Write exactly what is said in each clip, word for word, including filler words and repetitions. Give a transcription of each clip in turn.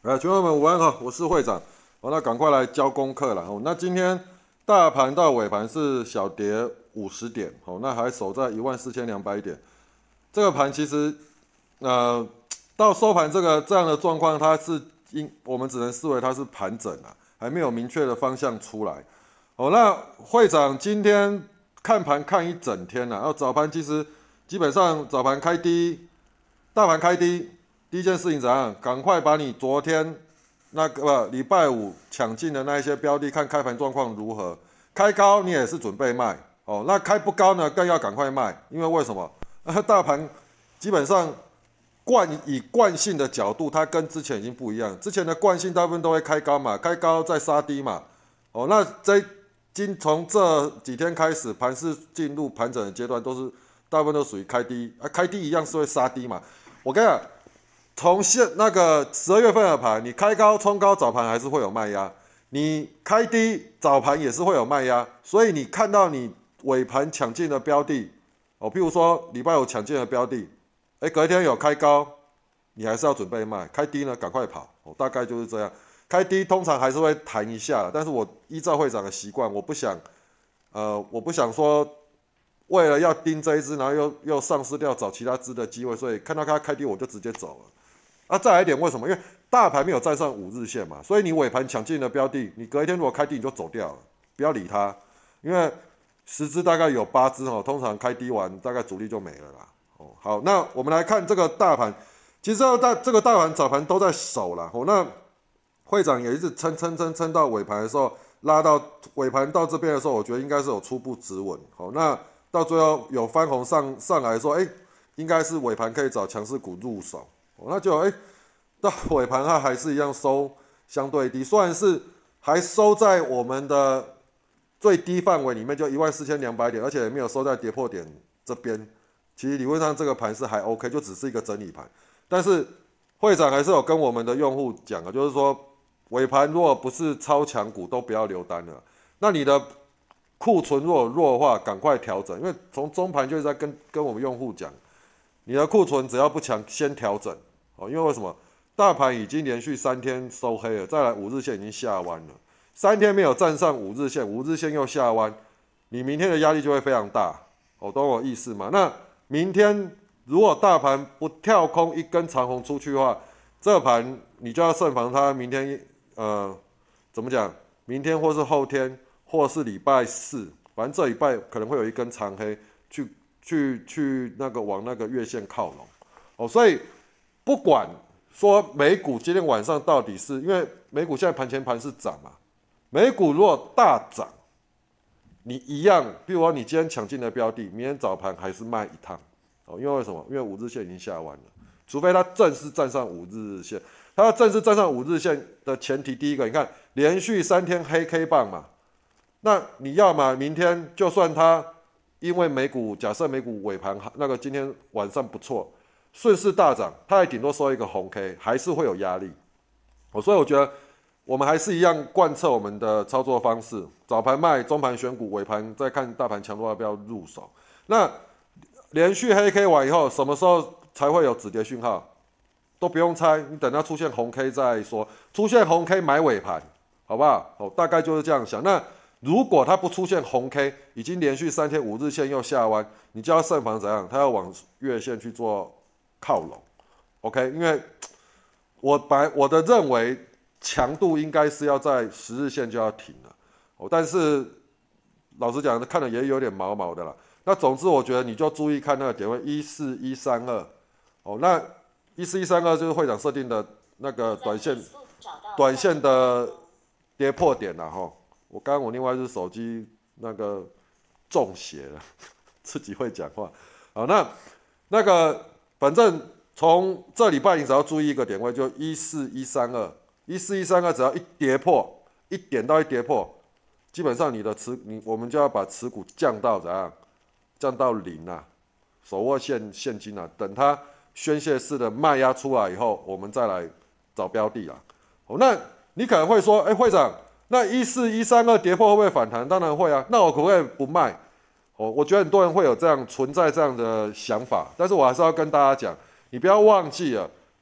来，群友们午安哈，我是会长。好，那赶快来交功课了。哦，那今天大盘到尾盘是小跌五十点，哦，那还守在一万四千两百点。这个盘其实，呃，到收盘这个这样的状况，它是应我们只能视为它是盘整啊，还没有明确的方向出来。哦，那会长今天看盘看一整天了，然后早盘其实基本上早盘开低，大盘开低。第一件事情怎样？赶快把你昨天那个礼拜五抢进的那一些标的，看开盘状况如何。开高你也是准备卖哦，那开不高呢，更要赶快卖，因为为什么？大盘基本上惯以惯性的角度，它跟之前已经不一样。之前的惯性大部分都会开高嘛，开高再杀低嘛。哦，那这今从这几天开始，盘势进入盘整的阶段，都是大部分都属于开低啊，开低一样是会杀低嘛。我跟你讲。从现那个十二月份的盘，你开高冲高，早盘还是会有卖压；你开低，早盘也是会有卖压。所以你看到你尾盘抢进的标的，哦，譬如说礼拜五抢进的标的，哎，隔天有开高，你还是要准备卖；开低呢，赶快跑。哦，大概就是这样。开低通常还是会弹一下，但是我依照会长的习惯，我不想，呃，我不想说为了要盯这一只，然后又又丧失掉找其他只的机会，所以看到它开低我就直接走了。啊，再来一点，为什么？因为大盘没有站上五日线嘛，所以你尾盘抢进的标的，你隔一天如果开低你就走掉了，不要理它，因为十只大概有八只哦，通常开低完大概主力就没了啦。哦，好，那我们来看这个大盘，其实大这个大盘早盘都在守啦。哦，那会长也一直撑撑撑撑到尾盘的时候，拉到尾盘到这边的时候，我觉得应该是有初步止稳。好，那到最后有翻红上上来说，哎，应该是尾盘可以找强势股入手。那就哎，到尾盘它还是一样收相对低，虽然是还收在我们的最低范围里面，就一万四千两百点，而且也没有收在跌破点这边。其实理论上这个盘是还 OK， 就只是一个整理盘。但是会长还是有跟我们的用户讲啊，就是说尾盘如果不是超强股，都不要留单了。那你的库存如果弱的话，赶快调整，因为从中盘就是在跟跟我们用户讲，你的库存只要不强，先调整。哦，因为为什么？大盘已经连续三天收黑了，再来五日线已经下弯了，三天没有站上五日线，五日线又下弯，你明天的压力就会非常大。哦，懂我意思吗？那明天如果大盘不跳空一根长红出去的话，这盘你就要慎防它明天呃怎么讲？明天或是后天，或是礼拜四，反正这礼拜可能会有一根长黑去去去那个往那个月线靠拢。哦，所以。不管说美股今天晚上到底是因为美股现在盘前盘是涨嘛，美股如果大涨，你一样，比如说你今天抢进的标的，明天早盘还是卖一趟，哦，因为为什么？因为五日线已经下弯了，除非它正式站上五日线，它要正式站上五日线的前提，第一个，你看连续三天黑 K 棒嘛，那你要嘛明天就算它因为美股假设美股尾盘那个今天晚上不错。顺势大涨，它还顶多收一个红 K， 还是会有压力。哦，所以我觉得我们还是一样贯彻我们的操作方式：早盘卖，中盘选股，尾盘再看大盘强弱要不要入手。那连续黑 K 完以后，什么时候才会有止跌讯号？都不用猜，你等它出现红 K 再说。出现红 K 买尾盘，好不好？哦，大概就是这样想。那如果它不出现红 K， 已经连续三天五日线又下弯，你就要慎防怎样？它要往月线去做。靠拢 ，OK， 因为我白我的认为强度应该是要在十日线就要停了，哦，但是老实讲，看的也有点毛毛的啦。那总之，我觉得你就注意看那个点位一四一三二，哦，那一四一三二就是会长设定的那个短线短线的跌破点啦，哈。我刚刚我另外一只手机那个中邪了，自己会讲话，好，那那个。反正从这礼拜你只要注意一个点位，就一四一三二，一四一三二只要一跌破，一点到一跌破，基本上你的持你我们就要把持股降到怎样？降到零啊，手握现现金啊，等它宣泄式的卖压出来以后，我们再来找标的啊。哦，那你可能会说，哎，会长，那一四一三二跌破会不会反弹？当然会啊，那我可不可以不卖？哦，我觉得很多人会有这样存在这样的想法，但是我还是要跟大家讲，你不要忘记了，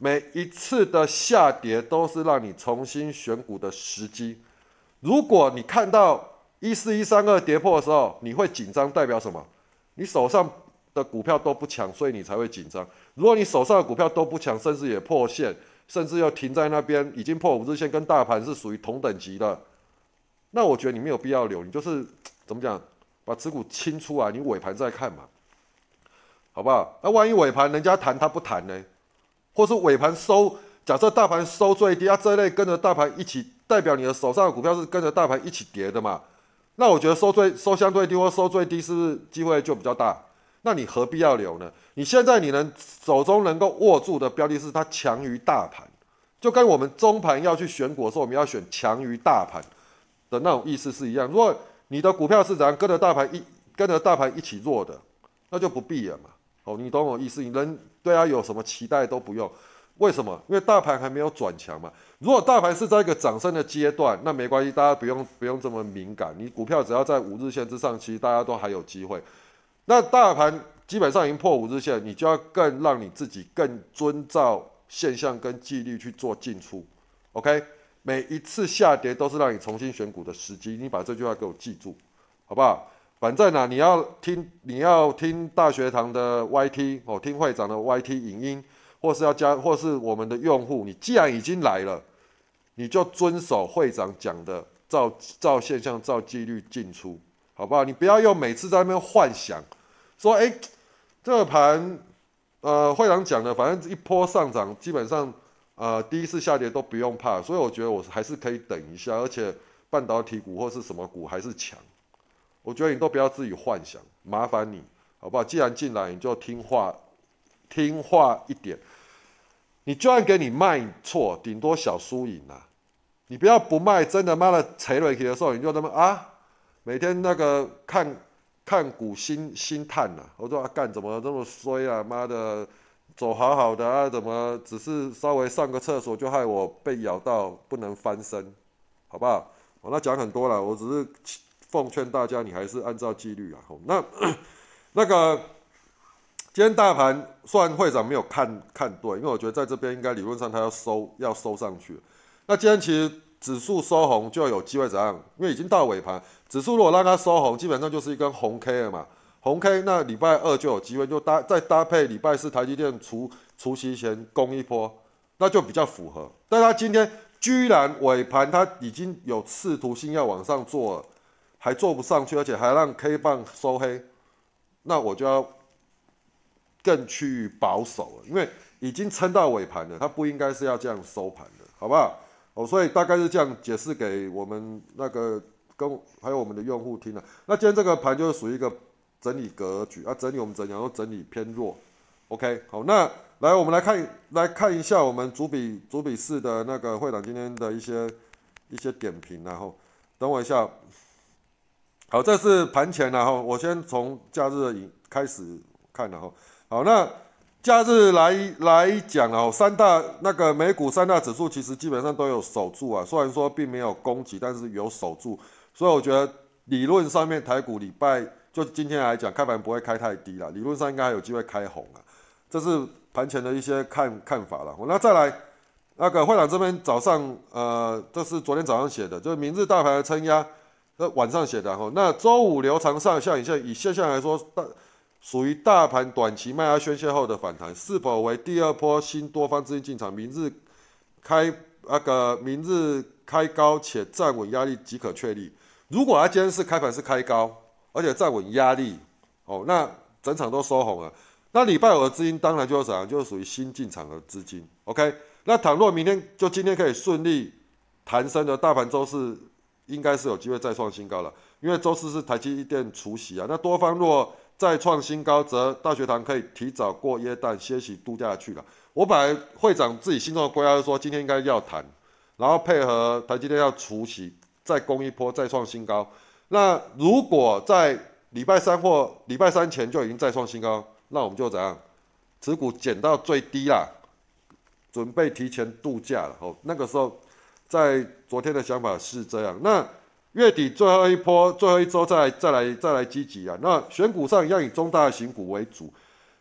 每一次的下跌都是让你重新选股的时机。如果你看到一四一三二跌破的时候，你会紧张，代表什么？你手上的股票都不强，所以你才会紧张。如果你手上的股票都不强，甚至也破线，甚至又停在那边，已经破五日线，跟大盘是属于同等级的，那我觉得你没有必要留，你就是怎么讲，把持股清出来，你尾盘再看嘛，好不好？那万一尾盘人家弹他不弹呢？或是尾盘收，假设大盘收最低，啊，这类跟着大盘一起，代表你的手上的股票是跟着大盘一起跌的嘛？那我觉得收最收相对低或收最低，是不是机会就比较大？那你何必要留呢？你现在你能手中能够握住的标的是它强于大盘，就跟我们中盘要去选股的时候，我们要选强于大盘的那种意思是一样。如果你的股票是怎样跟着大盘一跟着大盘一起弱的，那就不必了嘛。哦，你懂我意思？你人对它有什么期待都不用。为什么？因为大盘还没有转强嘛。如果大盘是在一个涨升的阶段，那没关系，大家不用不用这么敏感。你股票只要在五日线之上，其实大家都还有机会。那大盘基本上已经破五日线，你就要更让你自己更遵照现象跟纪律去做进出。OK， 每一次下跌都是让你重新选股的时机，你把这句话给我记住，好不好？反正啊，你要听你要听大学堂的 Y T 哦，听会长的 Y T 影音。或是要加，或是我们的用户，你既然已经来了，你就遵守会长讲的，照照现象、照纪律进出，好不好？你不要用每次在那边幻想，说，哎，这个盘，呃，会长讲的，反正一波上涨，基本上，呃，第一次下跌都不用怕，所以我觉得我还是可以等一下，而且半导体股或是什么股还是强，我觉得你都不要自己幻想，麻烦你，好不好？既然进来，你就听话。听话一点，你就算给你卖错，顶多小输赢啊。你不要不卖，真的妈的踩落去的时候，你就那么啊，每天那个看看股心心叹呐、啊。我说啊，干怎么这么衰啊？妈的，走好好的啊，怎么只是稍微上个厕所就害我被咬到不能翻身，好不好？我那讲很多了，我只是奉劝大家，你还是按照纪律啊。那那个。今天大盘虽然会长没有看看对，因为我觉得在这边应该理论上它要收要收上去。那今天其实指数收红就有机会怎样？因为已经到尾盘，指数如果让它收红，基本上就是一根红 K 了嘛。红 K 那礼拜二就有机会，就搭再搭配礼拜四台积电除除夕前攻一波，那就比较符合。但它今天居然尾盘它已经有试图性要往上做了，还做不上去，而且还让 K 棒收黑，那我就要。更趋于保守了，因为已经撑到尾盘了，它不应该是要这样收盘的，好不好？哦，所以大概是这样解释给我们那个跟还有我们的用户听了。那今天这个盘就是属于一个整理格局啊，整理我们整讲说整理偏弱 ，OK， 好，那来我们来看来看一下我们主笔主笔式的那个会长今天的一些一些点评，然后等我一下。好，这是盘前，然后我先从假日开始看，然后。好，那假日来来讲啊，三大那个美股三大指数其实基本上都有守住啊，虽然说并没有攻击，但是有守住，所以我觉得理论上面台股礼拜就今天来讲，开盘不会开太低啦，理论上应该还有机会开红啊，这是盘前的一些看看法了。那再来那个会长这边早上呃，这是昨天早上写的，就是明日大盘的撑压，那晚上写的哈。那周五留长上下影线，以现象来说大。属于大盘短期卖压宣泄后的反弹，是否为第二波新多方资金进场？明日开那个明日开高且站稳压力即可确立。如果它今天是开盘是开高，而且站稳压力，哦，那整场都收红了。那礼拜五的资金当然就是怎样，就是属于新进场的资金。OK， 那倘若明天就今天可以顺利弹升的大盘周四应该是有机会再创新高了，因为周四是台积电除息啊。那多方若再创新高，则大学堂可以提早过耶诞歇息度假去了。我本来会长自己心中的规划是说，今天应该要谈，然后配合台积电要除息，再攻一波，再创新高。那如果在礼拜三或礼拜三前就已经再创新高，那我们就怎样？持股减到最低啦，准备提前度假了。哦，那个时候在昨天的想法是这样。那月底最后一波、最后一周再来、再来、再来积极啊！那选股上要以中大型股为主，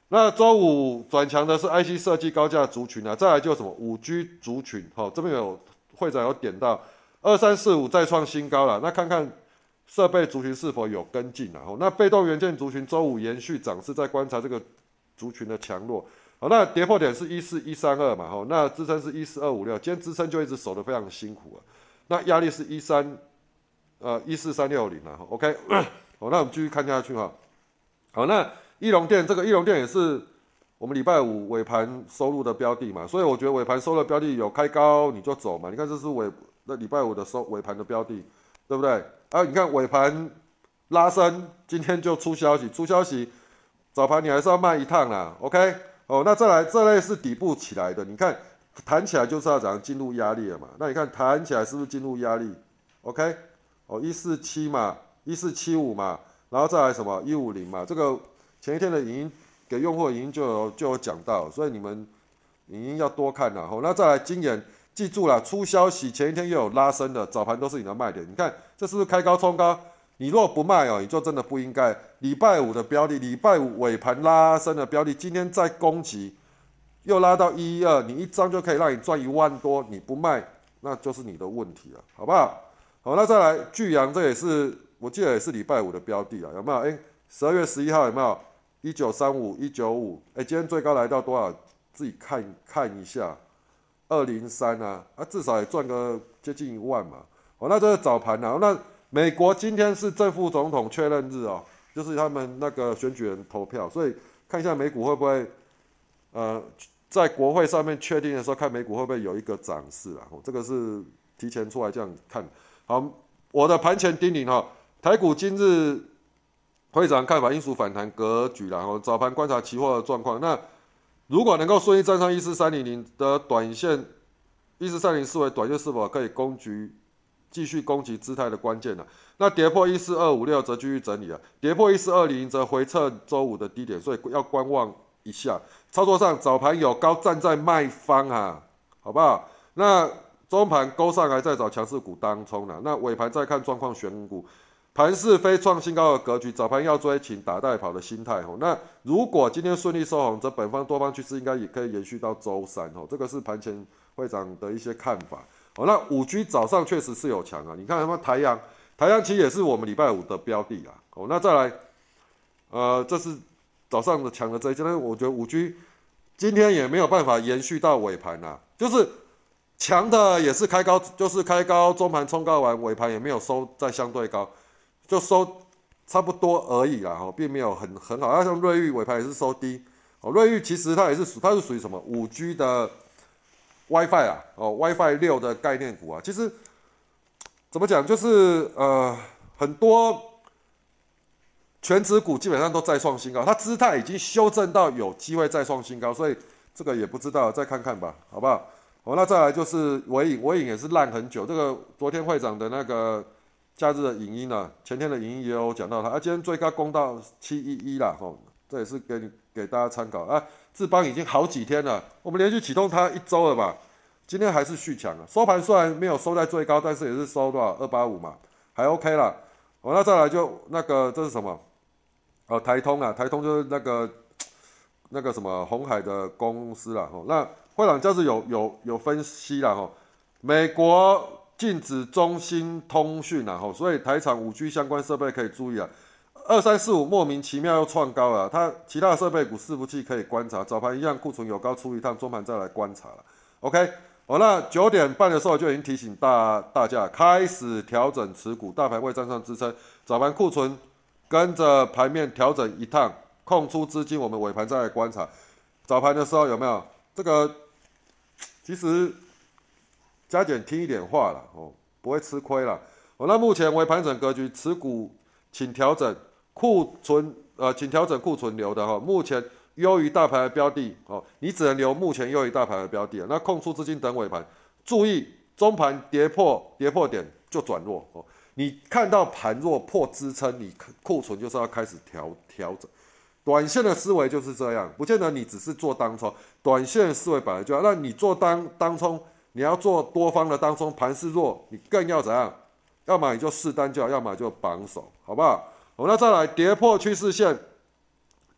那周五转强的是 I C 设计高价族群啊，再来就什么五 G 族群，好、哦，这边有会长有点到二三四五再创新高了，那看看设备族群是否有跟进啊？哦，那被动元件族群周五延续涨势，在观察这个族群的强弱。好，那跌破点是一四一三二嘛，哦，那支撑是一四二五六，今天支撑就一直守得非常辛苦啊。那压力是一三呃一四三六零啊 ，OK， 好，那我们继续看下去哈。好，那义隆电这个义隆电也是我们礼拜五尾盘收入的标的嘛，所以我觉得尾盘收入的标的有开高你就走嘛。你看这是尾那礼拜五的收尾盘的标的，对不对？啊，你看尾盘拉升，今天就出消息，出消息早盘你还是要卖一趟啦 ，OK。哦，那再来这类是底部起来的，你看弹起来就是要怎样进入压力了嘛？那你看弹起来是不是进入压力 ？OK， 哦，一四七嘛，一四七五嘛，然后再来什么一五零嘛？这个前一天的影音给用户的影音就有就有讲到，所以你们影音要多看啦。哦，那再来今年记住了，出消息前一天又有拉升的，早盘都是你的卖点。你看这是不是开高冲高？你如果不卖哦，你就真的不应该。礼拜五的标的，礼拜五尾盘拉升的标的，今天再攻击，又拉到一一二，你一张就可以让你赚一万多，你不卖，那就是你的问题了，好不好？好，那再来巨阳，这也是我记得也是礼拜五的标的啊，有没有？哎，十二月十一号有没有？一九三五、一九五，哎，今天最高来到多少？自己看看一下，二零三啊，啊，至少也赚个接近一万嘛。好，那这是早盘啊，那。美国今天是正副总统确认日哦，就是他们那个选举人投票，所以看一下美股会不会，呃，在国会上面确定的时候，看美股会不会有一个涨势啊？这个是提前出来这样看。好，我的盘前叮咛哈，台股今日会长看法，因素反弹格局，然后早盘观察期货的状况。那如果能够顺利站上一四三零零的短线，一四三零视为短线是否可以攻击？继续攻击姿态的关键了、啊，那跌破一四二五六则继续整理了，跌破一四二零则回撤周五的低点，所以要观望一下。操作上早盘有高站在卖方啊，好不好？那中盘勾上来再找强势股当冲了，那尾盘再看状况选股。盘势非创新高的格局，早盘要追，请打带跑的心态哦。那如果今天顺利收红，则本方多方趋势应该也可以延续到周三哦。这个是盘前会长的一些看法。哦，那五 G 早上确实是有强啊，你看什么台阳，台阳其实也是我们礼拜五的标的啊。哦，那再来，呃，这是早上的强的这一件，但是我觉得五 G 今天也没有办法延续到尾盘啊，就是强的也是开高，就是开高，中盘冲高完，尾盘也没有收在相对高，就收差不多而已啦，哦，并没有很很好。像瑞昱尾盘也是收低，哦，瑞昱其实它也是属，它是属于什么五 G 的。WiFi 啊，哦 ，WiFi 六的概念股啊，其实怎么讲，就是呃很多全指股基本上都再创新高，它姿态已经修正到有机会再创新高，所以这个也不知道，再看看吧，好不好？好，那再来就是微影，微影也是烂很久，这个昨天会长的那个假日的影音啊，前天的影音也有讲到它，啊，今天最高攻到七一一啦，哦，这也是给你给大家参考啊。智邦已经好几天了，我们连续启动它一周了吧？今天还是续强啊，收盘虽然没有收在最高，但是也是收多少二八五嘛，还 OK 啦。哦，那再来就那个这是什么？哦，台通啊，台通就是那个那个什么鸿海的公司啦。哦，那会长就是有有有分析啦。哦，美国禁止中兴通讯啦。哦，所以台厂五 G 相关设备可以注意啊。二三四五莫名其妙又创高了，它其他的设备股伺服器可以观察，早盘一样库存有高出一趟，中盘再来观察了。OK， 好，那九点半的时候就已经提醒大大家开始调整持股，大盘未站上支撑，早盘库存跟着盘面调整一趟，空出资金，我们尾盘再来观察。早盘的时候有没有这个？其实加减听一点话了哦，不会吃亏了。哦，那目前尾盘整格局，持股请调整。库存呃，请调整库存流的哈，目前优于大盘的标的哦，你只能留目前优于大盘的标的啊。那空出资金等尾盘，注意中盘跌破跌破点就转弱哦。你看到盘弱破支撑，你库存就是要开始调调整。短线的思维就是这样，不见得你只是做当冲，短线的思维本来就要。那你做当当冲，你要做多方的当冲，盘势弱，你更要怎样？要么你就试单就好，要么就绑手，好不好？好，那再来跌破趋势线，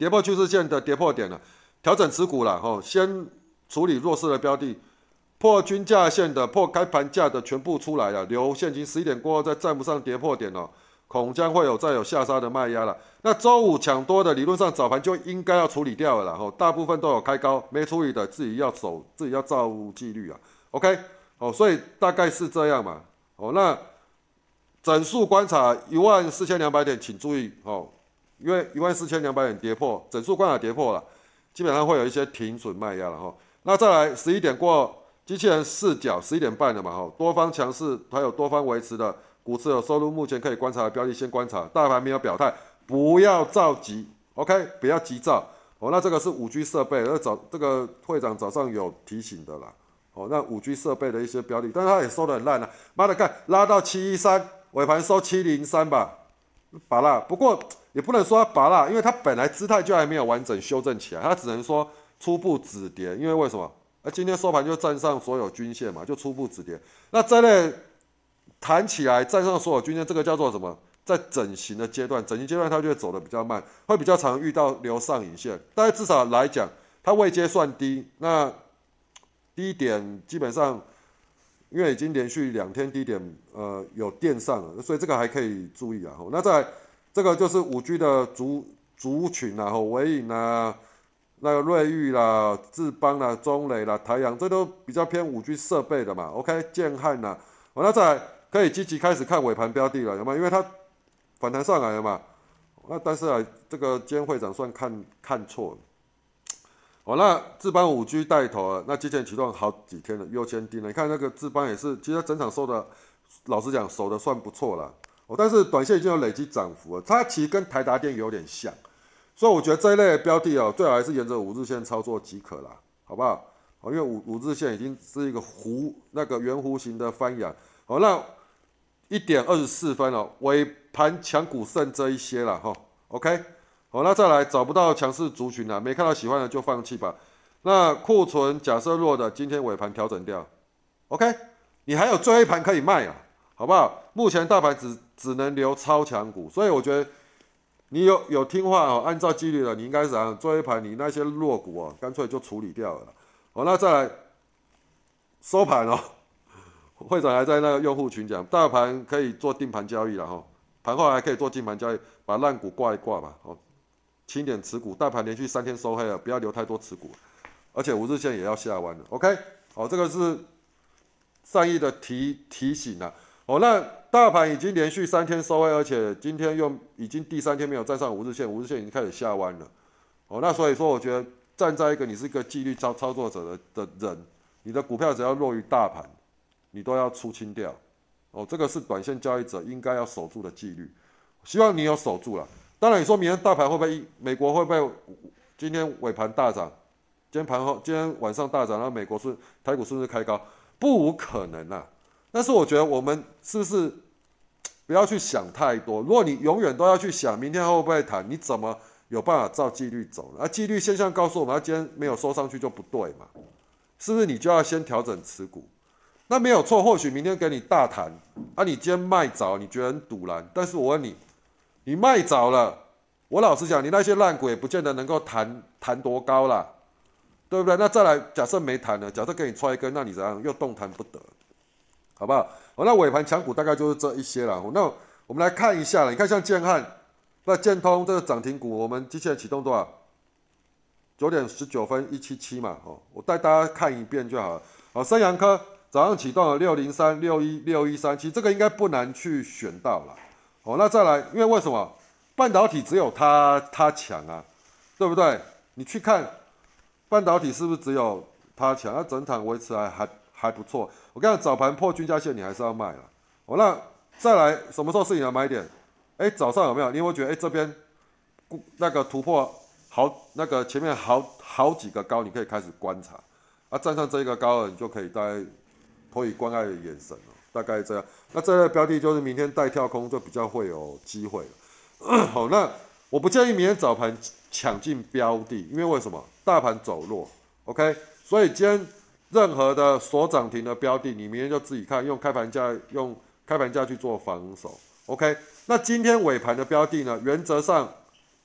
跌破趋势线的跌破点了，调整持股了哦，先处理弱势的标的，破均价线的、破开盘价的全部出来了，留现金。十一点过后再站不上跌破点哦，恐将会有再有下杀的卖压了。那周五抢多的，理论上早盘就应该要处理掉了啦，哦，大部分都有开高，没处理的自己要守，自己要照纪律啊。OK， 哦，所以大概是这样嘛。哦，那整数观察一万四千两百点，请注意哦，因为一万四千两百点跌破，整数观察跌破了，基本上会有一些停损卖压了哈。那再来十一点过后。机器人视角十一点半了嘛，哈，多方强势，还有多方维持的股市有收入，目前可以观察的标的先观察，大盘没有表态，不要着急 ，OK， 不要急躁。哦，那这个是五 G 设备，那早这个会长早上有提醒的啦。哦，那五 G 设备的一些标的，但是他也收得很烂了、啊，妈的，看拉到七一三，尾盘收七零三吧，拔辣。不过也不能说它拔辣，因为它本来姿态就还没有完整修正起来，它只能说初步止跌，因为为什么？那今天收盘就站上所有均线嘛，就初步止跌。那这类弹起来站上所有均线，这个叫做什么？在整形的阶段，整形阶段它就会走得比较慢，会比较常遇到留上影线。但是至少来讲，它位阶算低，那低点基本上因为已经连续两天低点呃有垫上了，所以这个还可以注意啊。那再来这个就是五 G 的族族群啊，微影啊。那个瑞昱啦、智邦啦、中磊啦、台阳，这都比较偏五 G 设备的嘛。OK， 建汉啦，哦，那再来可以积极开始看尾盘标的了，有没有？因为它反弹上来了嘛。那但是啊，这个今天会长算看看错了。哦，那智邦五 G 带头了，那之前启动好几天了，优先定了。你看那个智邦也是，其实整场收的，老实讲守的算不错了。哦，但是短线已经有累积涨幅了，它其实跟台达电有点像。所以我觉得这一类的标的哦，最好还是沿着五日线操作即可啦，好不好？哦，因为五五日线已经是一个弧那个圆弧形的翻扬。好，那一点二十四分哦，尾盘强股剩这一些了哈。OK， 好，那再来找不到强势族群了，没看到喜欢的就放弃吧。那库存假设弱的，今天尾盘调整掉。OK， 你还有最后一盘可以卖啊，好不好？目前大盘只只能留超强股，所以我觉得。你有有听话哦，按照纪律了，你应该是怎样做一盘，你那些弱股哦，干脆就处理掉了。好，那再来收盘哦，会长还在那个用户群讲，大盘可以做定盘交易了哈，盘后还可以做定盘交易，把烂股挂一挂吧，哦，轻点持股，大盘连续三天收黑了，不要留太多持股，而且五日线也要下弯了 ，OK， 好，这个是善意的提提醒啊。哦，那大盘已经连续三天收黑，而且今天又已经第三天没有站上五日线，五日线已经开始下弯了。哦，那所以说，我觉得站在一个你是一个纪律操操作者的的人，你的股票只要弱于大盘，你都要出清掉。哦，这个是短线交易者应该要守住的纪律。希望你有守住了。当然，你说明天大盘会不会，美国会不会今天尾盘大涨？今天盘后，今天晚上大涨，然后美国是台股是不是开高？不无可能啊。但是我觉得我们是不是不要去想太多？如果你永远都要去想明天会不会弹，你怎么有办法照纪律走呢？而、啊、纪律现象告诉我们，它今天没有收上去就不对嘛，是不是？你就要先调整持股，那没有错。或许明天给你大弹，啊，你今天卖早，你觉得很堵然。但是我问你，你卖早了，我老实讲，你那些烂股也不见得能够弹弹多高啦，对不对？那再来，假设没弹了，假设给你踹一根，那你怎样？又动弹不得。好不好？好，那尾盘强股大概就是这一些了。那我们来看一下了，你看像建汉、那建通这个涨停股，我们机器人启动多少？九点十九分一七七嘛，哦，我带大家看一遍就好了。好，升阳科早上启动了六零三、六一、六一三，其实这个应该不难去选到了。哦，那再来，因为为什么半导体只有它它强啊，对不对？你去看半导体是不是只有它强？它整场维持还还。还不错，我跟你讲，早盘破均价线你还是要卖了。哦，那再来什么时候是你的买点？哎，早上有没有？你有没有觉得哎这边那个突破好，那个前面好好几个高，你可以开始观察。啊，站上这一个高了，你就可以大概投以关爱的眼神了，大概这样。那这类标的就是明天带跳空就比较会有机会了。好，那我不建议明天早盘抢进标的，因为为什么？大盘走弱 ，OK， 所以今天。任何的所涨停的标的，你明天就自己看，用开盘价用开盘价去做防守 ，OK？ 那今天尾盘的标的呢？原则上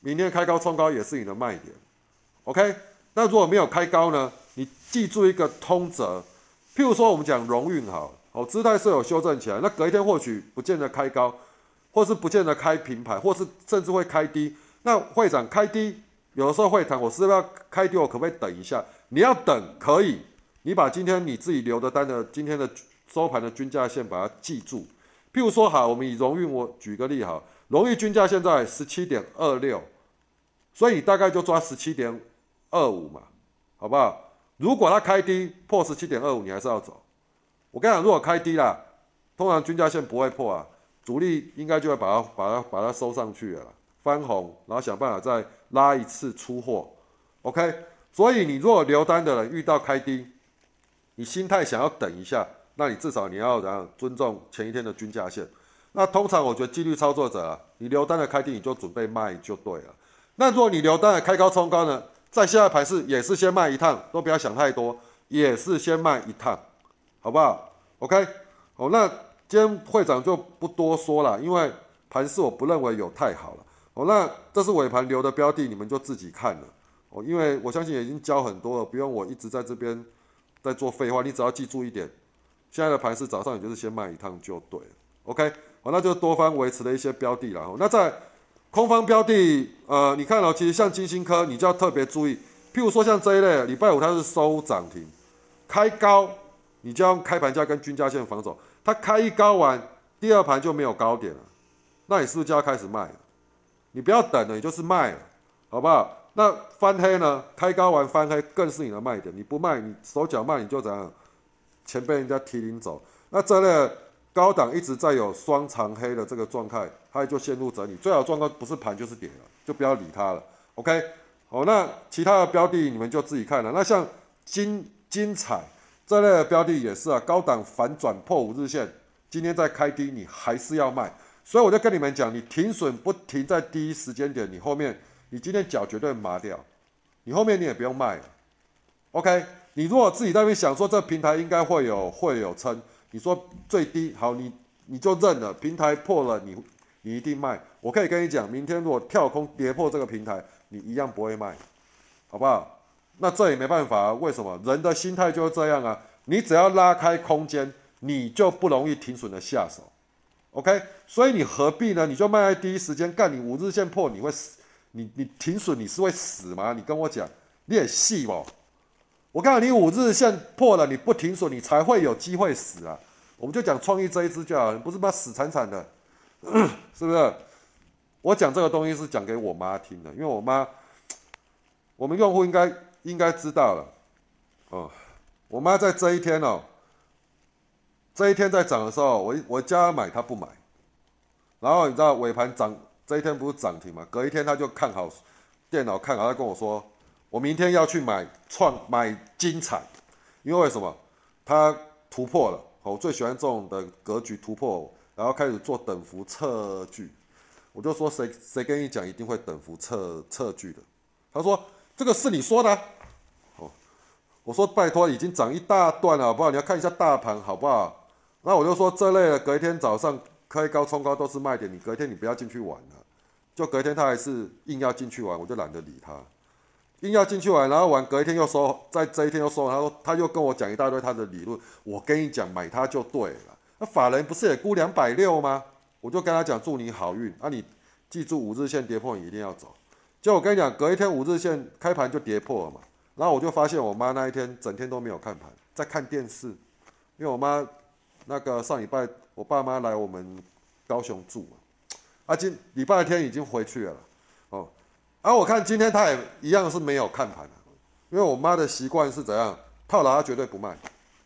明天开高冲高也是你的卖点 ，OK？ 那如果没有开高呢？你记住一个通则，譬如说我们讲荣运好，哦，姿态是有修正起来，那隔一天或许不见得开高，或是不见得开平盘，或是甚至会开低。那会长开低，有的时候会谈，我是不是要开低？我可不可以等一下？你要等可以，你把今天你自己留的单的今天的收盘的均价线把它记住。譬如说好，我们以荣运我举个例好，荣运均价现在十七点二六，所以你大概就抓十七点二五嘛，好不好？如果它开低破十七点二五，你还是要走。我跟你讲，如果开低啦，通常均价线不会破啊，主力应该就会把它把它把它收上去了啦，翻红，然后想办法再拉一次出货 ，OK？ 所以你如果留单的人遇到开低，你心态想要等一下，那你至少你要怎样尊重前一天的均价线。那通常我觉得纪律操作者啊，你留单的开低你就准备卖就对了。那如果你留单的开高冲高呢，在现在盘势也是先卖一趟，都不要想太多，也是先卖一趟，好不好 ？OK？ 好，那今天会长就不多说了，因为盘势我不认为有太好了。哦，那这是尾盘留的标的，你们就自己看了。哦，因为我相信已经教很多了，不用我一直在这边在做废话，你只要记住一点，现在的盘势早上你就是先卖一趟就对了。OK？ 好，那就是多方维持的一些标的了。那在空方标的，呃，你看哦，其实像金星科，你就要特别注意。譬如说像这一类，礼拜五它是收涨停，开高，你就要开盘价跟均价线防守。它开一高完，第二盘就没有高点了，那你是不是就要开始卖了？你不要等了，你就是卖了，好不好？那翻黑呢？开高完翻黑更是你的卖点，你不卖，你手脚慢，你就怎样？钱被人家提领走。那这类高档一直在有双长黑的这个状态，它就陷入整理。最好状况不是盘就是跌了，就不要理它了。OK， 好，那其他的标的你们就自己看了。那像金金彩这类的标的也是啊，高档反转破五日线，今天在开低，你还是要卖。所以我就跟你们讲，你停损不停在第一时间点，你后面你今天脚绝对麻掉，你后面你也不用卖了。OK， 你如果自己在那边想说这平台应该会有会有撑，你说最低好，你你就认了，平台破了你你一定卖。我可以跟你讲，明天如果跳空跌破这个平台，你一样不会卖，好不好？那这也没办法啊，为什么？人的心态就是这样啊，你只要拉开空间，你就不容易停损的下手。OK， 所以你何必呢？你就卖在第一时间干，你五日线破你会死，你你停损你是会死吗？你跟我讲，你也细哦。我告诉你，五日线破了，你不停损，你才会有机会死啊！我们就讲创意这一支就好了，不是把死惨惨的，是不是？我讲这个东西是讲给我妈听的，因为我妈，我们用户应该应该知道了哦。我妈在这一天哦，这一天在涨的时候，我我叫她买，她不买。然后你知道尾盘涨，这一天不是涨停嘛？隔一天她就看好电脑，看好，她跟我说。我明天要去买创买精彩，因为为什么？它突破了，我最喜欢这种的格局突破，然后开始做等幅测距。我就说谁谁跟你讲一定会等幅测测距的？他说这个是你说的、啊。哦，我说拜托，已经涨一大段了，好不好？你要看一下大盘好不好？那我就说这类的隔一天早上开高冲高都是卖点，你隔一天你不要进去玩了。就隔一天他还是硬要进去玩，我就懒得理他。硬要进去玩，然后玩隔一天又收，在这一天又收，他说他又跟我讲一大堆他的理论，我跟你讲买它就对了。那法人不是也估两百六吗？我就跟他讲祝你好运，啊你记住五日线跌破你一定要走。结果我跟你讲，隔一天五日线开盘就跌破了嘛，然后我就发现我妈那一天整天都没有看盘，在看电视，因为我妈那个上礼拜我爸妈来我们高雄住嘛，啊今礼拜天已经回去了，哦。而、啊、我看今天他也一样是没有看盘的，因为我妈的习惯是怎样，套牢她绝对不卖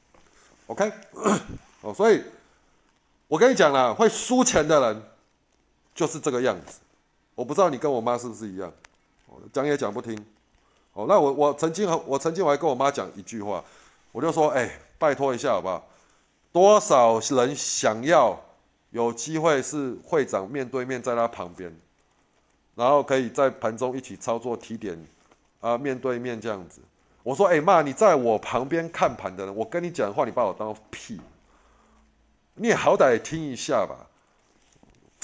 ，OK， 哦，所以我跟你讲啦，会输钱的人就是这个样子。我不知道你跟我妈是不是一样，讲也讲不听。哦，那我我曾经我曾经我还跟我妈讲一句话，我就说，哎、欸，拜托一下好不好？多少人想要有机会是会长面对面在他旁边？然后可以在盘中一起操作提点，啊，面对面这样子。我说，哎、欸、妈，你在我旁边看盘的人，我跟你讲话，你把我当屁，你也好歹听一下吧。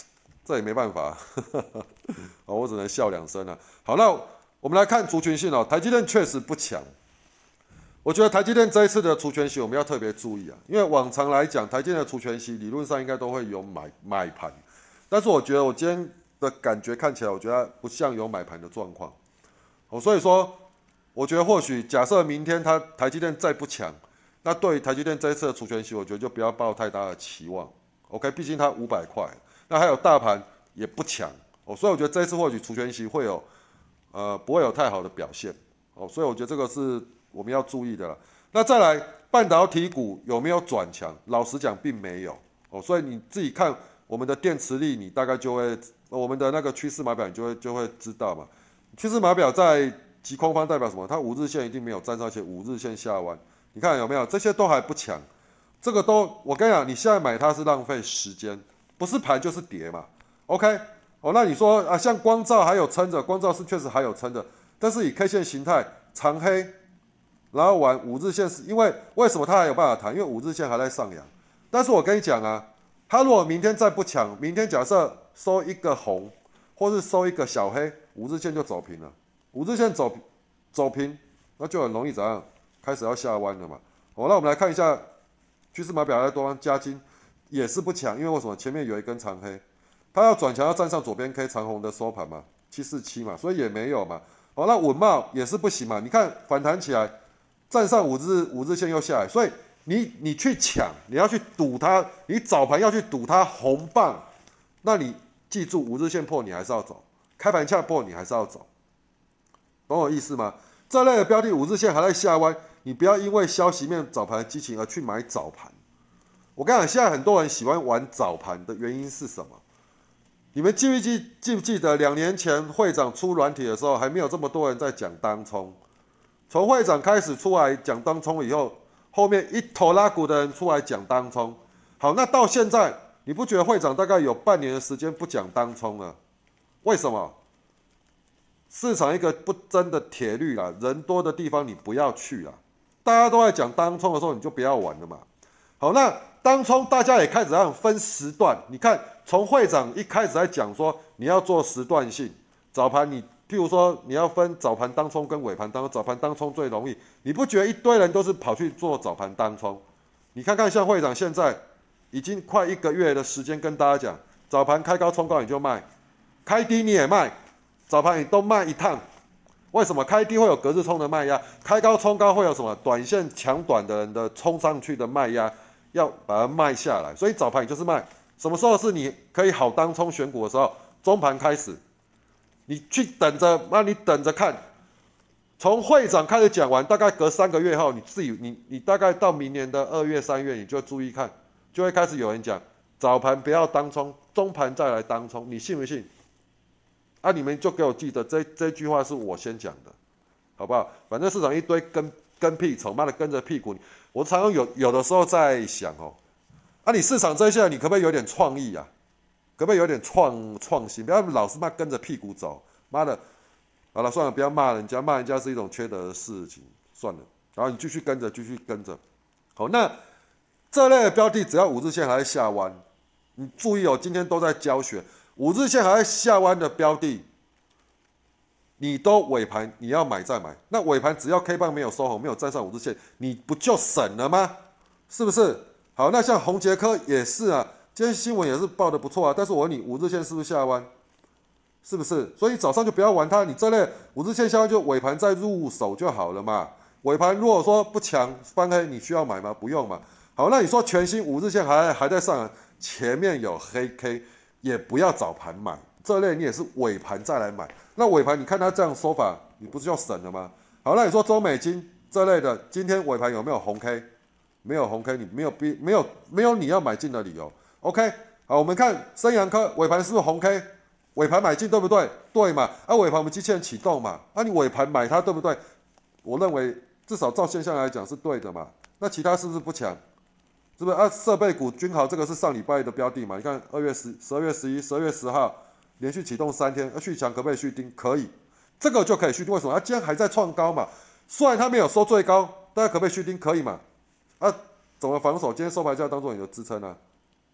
这也没办法，哦，我只能笑两声了。好，那我们来看族群性哦，台积电确实不强。我觉得台积电这一次的除权息我们要特别注意啊，因为往常来讲，台积电的除权息理论上应该都会有买买盘，但是我觉得我今天的感觉看起来，我觉得不像有买盘的状况。哦，所以说，我觉得或许假设明天它台积电再不强，那对于台积电这一次的除权息，我觉得就不要抱太大的期望。OK， 毕竟它五百块，那还有大盘也不强哦，所以我觉得这一次或许除权息会有呃不会有太好的表现哦，所以我觉得这个是我们要注意的了。那再来，半导体股有没有转强？老实讲，并没有哦，所以你自己看我们的电磁力，你大概就会我们的那个趋势码表，你就会就会知道嘛。趋势码表在极空方代表什么？它五日线一定没有站上，而且五日线下弯，你看有没有？这些都还不强，这个都我跟你讲，你现在买它是浪费时间，不是盘就是跌嘛。OK， 哦，那你说啊，像光罩还有撑着，光罩是确实还有撑着，但是以 K 线形态长黑。然后玩五日线是因为为什么它还有办法弹？因为五日线还在上扬。但是我跟你讲啊，它如果明天再不强，明天假设收一个红，或是收一个小黑，五日线就走平了。五日线走走平，那就很容易怎样？开始要下弯了嘛。好，那我们来看一下趋势码表在多方加金也是不强，因为为什么？前面有一根长黑，它要转强要站上左边 K 长红的收盘嘛，七四七嘛，所以也没有嘛。好，那稳茂也是不行嘛。你看反弹起来。站上五日五日线又下来，所以你你去抢，你要去赌它，你早盘要去赌它红棒，那你记住五日线破你还是要走，开盘价破你还是要走，懂我意思吗？这类的标的五日线还在下弯，你不要因为消息面早盘的激情而去买早盘。我跟你讲，现在很多人喜欢玩早盘的原因是什么？你们记不记记不记得两年前会长出软体的时候，还没有这么多人在讲当冲？从会长开始出来讲当冲以后，后面一头拉股的人出来讲当冲。好，那到现在你不觉得会长大概有半年的时间不讲当冲了？为什么？市场一个不争的铁律啦，人多的地方你不要去啦。大家都在讲当冲的时候，你就不要玩了嘛。好，那当冲大家也开始要分时段。你看，从会长一开始在讲说你要做时段性，早盘你。譬如说，你要分早盘当冲跟尾盘当冲，早盘当冲最容易。你不觉得一堆人都是跑去做早盘当冲？你看看像会长现在已经快一个月的时间跟大家讲，早盘开高冲高你就卖，开低你也卖，早盘你都卖一趟。为什么？开低会有隔日冲的卖压，开高冲高会有什么？短线抢短的人的冲上去的卖压，要把它卖下来。所以早盘你就是卖。什么时候是你可以好当冲选股的时候？中盘开始。你去等着，那你等着看，从会长开始讲完，大概隔三个月后，你自己你你大概到明年的二月三月，你就注意看，就会开始有人讲早盘不要当冲，中盘再来当冲，你信不信？啊，你们就给我记得这这句话是我先讲的，好不好？反正市场一堆跟跟屁虫，妈的跟着屁股，我常常有有的时候在想哦，啊，你市场这些你可不可以有点创意啊？可不可以有点创创新？不要老是骂跟着屁股走，妈的！好了，算了，不要骂人家，骂人家是一种缺德的事情，算了。然后你继续跟着，继续跟着。好，那这类的标的只要五日线还在下弯，你注意哦，今天都在教学，五日线还在下弯的标的，你都尾盘你要买再买。那尾盘只要 K 棒没有收红，没有站上五日线，你不就省了吗？是不是？好，那像宏捷科也是啊。今天新闻也是报的不错啊，但是我问你，五日线是不是下弯？是不是？所以早上就不要玩它，你这类五日线下弯就尾盘再入手就好了嘛。尾盘如果说不强翻黑，你需要买吗？不用嘛。好，那你说全新五日线还还在上，前面有黑 K， 也不要早盘买，这类你也是尾盘再来买。那尾盘你看它这样说法，你不是就省了吗？好，那你说中美金这类的，今天尾盘有没有红 K？ 没有红 K， 你没有必没有没有你要买进的理由。OK， 好，我们看升阳科尾盘是不是红 K？ 尾盘买进对不对？对嘛？啊，尾盘我们机器人启动嘛，啊，你尾盘买它对不对？我认为至少照现象来讲是对的嘛。那其他是不是不强？是不是啊？设备股君豪这个是上礼拜的标的嘛？你看二月十、十二月十一、十二月十号连续启动三天，啊，续强可不可以续盯？可以，这个就可以续盯。为什么？它、啊、今天还在创高嘛，虽然它没有收最高，大家可不可以续盯？可以嘛？啊，怎么防守？今天收盘价当做你的支撑啊？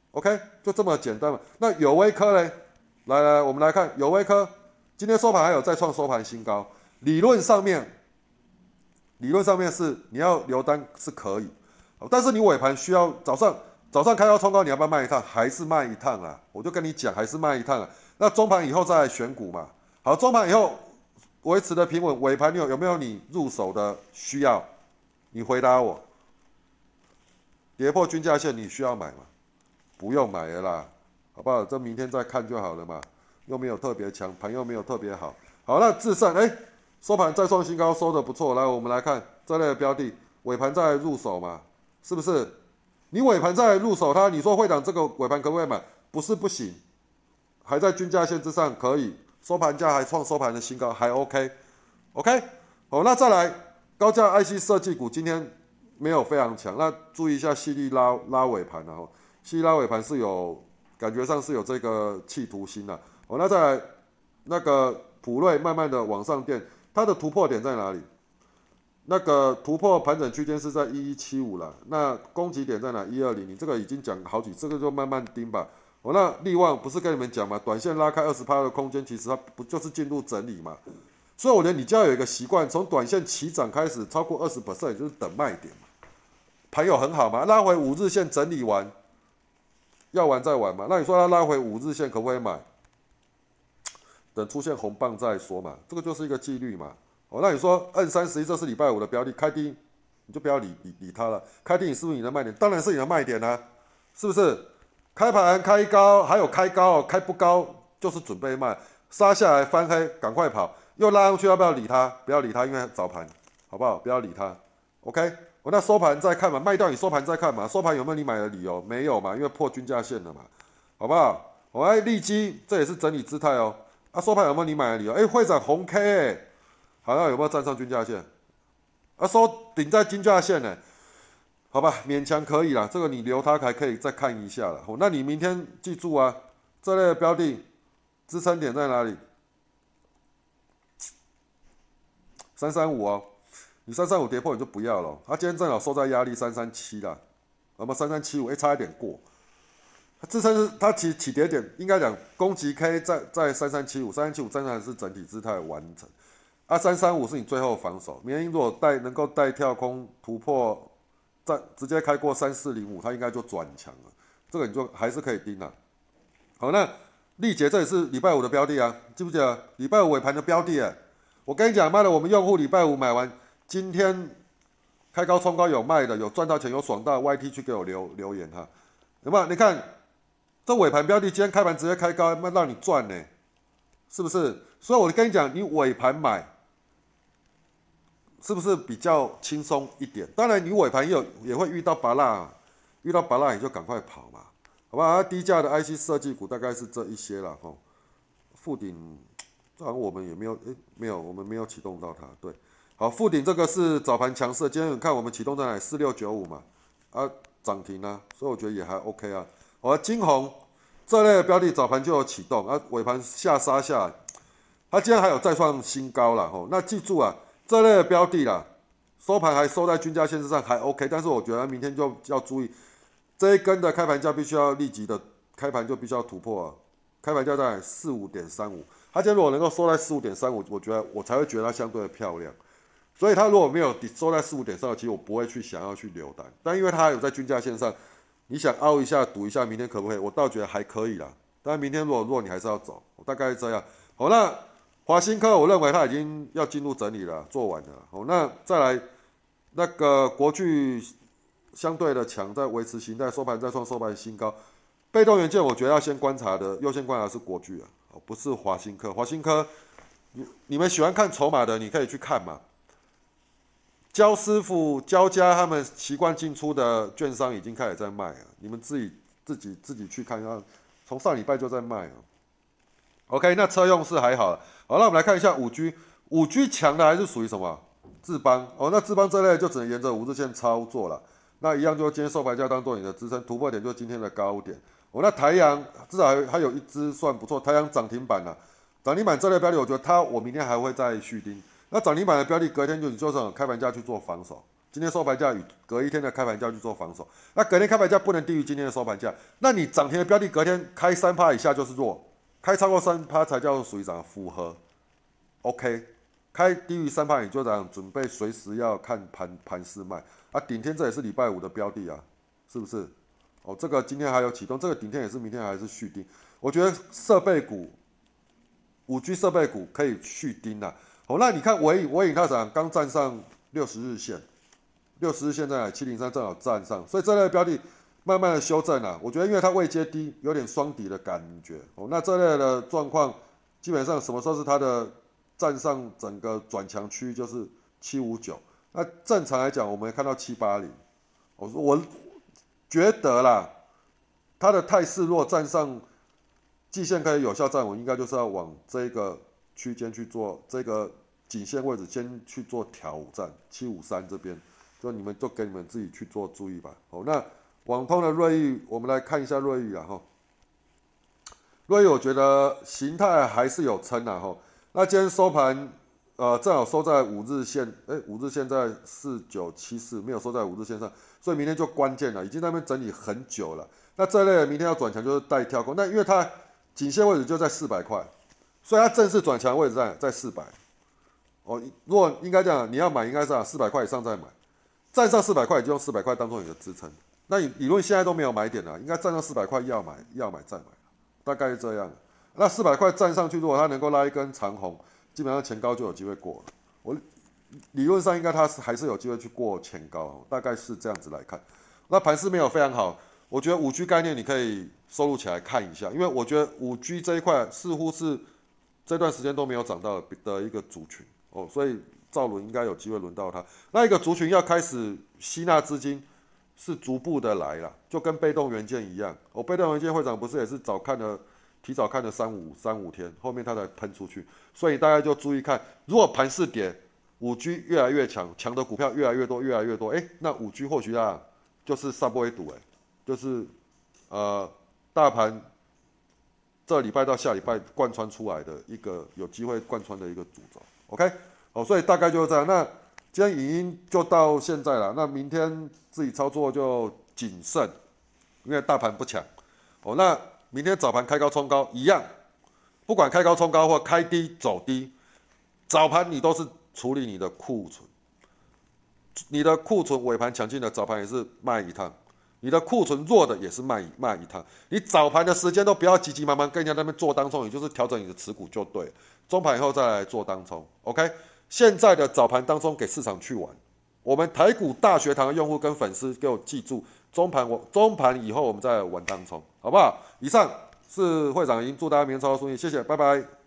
OK， 就这么简单嘛。那友威科嘞，来来，我们来看友威科，今天收盘还有再创收盘新高，理论上面，理论上面是你要留单是可以，但是你尾盘需要早上早上开高冲高，你要不要卖一趟？还是卖一趟啊？我就跟你讲，还是卖一趟啊。那中盘以后再来选股嘛。好，中盘以后维持的平稳，尾盘有有没有你入手的需要？你回答我。跌破均价线你需要买吗？不用买了啦，好不好？这明天再看就好了嘛。又没有特别强，盘又没有特别好。好，那智胜哎，收盘再创新高，收的不错。来，我们来看这类的标的，尾盘再入手嘛，是不是？你尾盘再入手它，你说会长这个尾盘可不可以买？不是不行，还在均价线之上，可以。收盘价还创收盘的新高，还 OK，OK， OK? 好，那再来高价 I C 设计股今天没有非常强，那注意一下细粒拉拉尾盘啊，细粒拉尾盘是有感觉上是有这个企图心的。哦，那再来那个普瑞慢慢的往上垫，它的突破点在哪里？那个突破盘整区间是在一一七五了，那攻击点在哪？一二零，你这个已经讲好几次，这个就慢慢盯吧。哦，那力旺不是跟你们讲吗？短线拉开 百分之二十 的空间，其实它不就是进入整理嘛？所以我觉得你就要有一个习惯，从短线起涨开始，超过 百分之二十 也就是等卖点嘛。盘有很好嘛，拉回五日线整理完，要玩再玩嘛。那你说它拉回五日线可不可以买？等出现红棒再说嘛，这个就是一个纪律嘛。哦，那你说 N 三十一这是礼拜五的标的，开低你就不要理理理它了。开低你是不是你的卖点？当然是你的卖点啊，是不是？开盘开高，还有开高，开不高就是准备卖，杀下来翻黑，赶快跑，又拉上去，要不要理它？不要理它，因为早盘，好不好？不要理它 ，OK。我那收盘再看嘛，卖掉你收盘再看嘛，收盘有没有你买的理由？没有嘛，因为破均价线了嘛，好不好？我爱利基，这也是整理姿态哦。啊，收盘有没有你买的理由？哎，会长红 K， 欸，好像有没有站上均价线？啊，收顶在均价线呢？好吧，勉强可以啦，这个你留它还可以再看一下了。哦，那你明天记住啊，这类的标的支撑点在哪里？三三五哦，你三三五跌破你就不要了。它，啊，今天正好收在压力三三七啦，那么三三七五，哎，差一点过。它支撑是它起起跌点，应该讲攻击 K 在在三三七五，三三七五仍然是整体姿态完成。啊，三三五是你最后防守，明天如果带能够带跳空突破。直接开过三四零五，它应该就转强了，这个你就还是可以盯啊。好，那力捷这也是礼拜五的标的啊，记不记得礼拜五尾盘的标的啊？我跟你讲，妈的，我们用户礼拜五买完，今天开高冲高有卖的，有赚到钱有爽到 ，Y T 去给我留留言哈，有没有？你看这尾盘标的，今天开盘直接开高，那让你赚呢，是不是？所以我跟你讲，你尾盘买。是不是比较轻松一点？当然，你尾盘也有也会遇到拔蜡，遇到拔蜡你就赶快跑嘛，好不好？低价的 I C 设计股大概是这一些了哈。富鼎，好像我们也没有，诶，没有，我们没有启动到它。对，好，富鼎这个是早盘强势，今天你看我们启动在哪里？四六九五嘛，啊，涨停啊，所以我觉得也还 OK 啊。好，金红这类的标的早盘就有启动，啊，尾盘下杀下来，它今天还有再创新高了哈。那记住啊。这类的标的啦，收盘还收在均价线之上还 OK， 但是我觉得明天就要注意，这一根的开盘价必须要立即的开盘就必须要突破啊，开盘价在四五点三五，它今天如果能够收在四五点三五，我觉得我才会觉得它相对的漂亮，所以它如果没有收在四五点三五，其实我不会去想要去留单，但因为它还有在均价线上，你想凹一下赌一下，明天可不可以？我倒觉得还可以啦，但是明天如果弱你还是要走，我大概是这样。好，那。华新科，我认为它已经要进入整理了，做完了。好，那再来那个国巨相对的强，在维持形态，收盘再创收盘新高。被动元件，我觉得要先观察的，优先观察的是国巨啊，不是华新科。华新科，你你们喜欢看筹码的，你可以去看嘛。焦师傅、焦家他们习惯进出的券商已经开始在卖了，你们自己自己自己去看啊，从上礼拜就在卖啊。OK， 那车用是还好。好，那我们来看一下五 G， 五 G 强的还是属于什么？智邦哦，那智邦这类就只能沿着五日线操作了。那一样就今天收盘价当做你的支撑，突破点就是今天的高点。哦，那台阳至少还还有一只算不错，台阳涨停板了，涨停板这类标的，我觉得它我明天还会再续盯。那涨停板的标的，隔天就你就是开盘价去做防守， 今天收盘价与隔一天的开盘价去做防守，那隔天开盘价不能低于今天的收盘价，那你涨停的标的隔天开三趴以下就是弱，开超过三趴才叫做属于涨符合 ，OK， 开低于三趴你就涨，准备随时要看盘盘势卖啊，顶天这也是礼拜五的标的啊，是不是？哦，这个今天还有启动，这个顶天也是明天还是续盯，我觉得设备股。五 G 设备股可以续盯啦。好，那你看伟影，伟影它涨刚站上六十日线，六十日线在七零三正好站上，所以这类的标的慢慢的修正啦。我觉得因为它位阶低，有点双底的感觉。哦，那这类的状况基本上什么时候是它的站上整个转强区，就是七五九。那正常来讲，我们看到七八零。我说我觉得啦，它的态势若站上。季线可以有效站稳，应该就是要往这个区间去做这个颈线位置，先去做挑战七五三这边，就你们就给你们自己去做注意吧。好，那网通的瑞昱，我们来看一下瑞昱啊哈。瑞昱我觉得形态还是有撑啊哈。那今天收盘，呃，正好收在五日线，哎，五日线在四九七四，没有收在五日线上，所以明天就关键了，已经在那边整理很久了。那这类的明天要转强就是带跳空，那因为它颈线位置就在四百块，所以它正式转强位置在在四百。哦，如果应该讲你要买，应该是四百块以上再买，站上四百块你就用四百块当做你的支撑。那你理论现在都没有买点了，应该站上四百块要买要买再买，大概是这样。那四百块站上去，如果它能够拉一根长红，基本上前高就有机会过了。我理论上应该它是还是有机会去过前高，大概是这样子来看。那盘势没有非常好。我觉得五 G 概念你可以收录起来看一下，因为我觉得五 G 这一块似乎是这段时间都没有涨到的一个族群哦，所以兆伦应该有机会轮到它。那一个族群要开始吸纳资金，是逐步的来啦，就跟被动元件一样。哦，被动元件会长不是也是早看了，提早看了三五三五天，后面它才喷出去，所以大家就注意看，如果盘势跌，五 G 越来越强，强的股票越来越多，越来越多，哎，那五 G 或许啊就是上波一赌哎。就是呃，大盘这礼拜到下礼拜贯穿出来的一个有机会贯穿的一个主轴 ，OK， 好，所以大概就是这样。那今天影音就到现在了，那明天自己操作就谨慎，因为大盘不强。哦，那明天早盘开高冲高一样，不管开高冲高或开低走低，早盘你都是处理你的库存，你的库存尾盘强劲的早盘也是卖一趟。你的库存弱的也是卖卖一趟，你早盘的时间都不要急急忙忙跟人家那边做当冲，也就是调整你的持股就对了。中盘以后再来做当冲 ，OK？ 现在的早盘当冲给市场去玩，我们台股大学堂的用户跟粉丝给我记住，中盘我中盘以后我们再来玩当冲，好不好？以上是会长，已经祝大家明天操作顺利，谢谢，拜拜。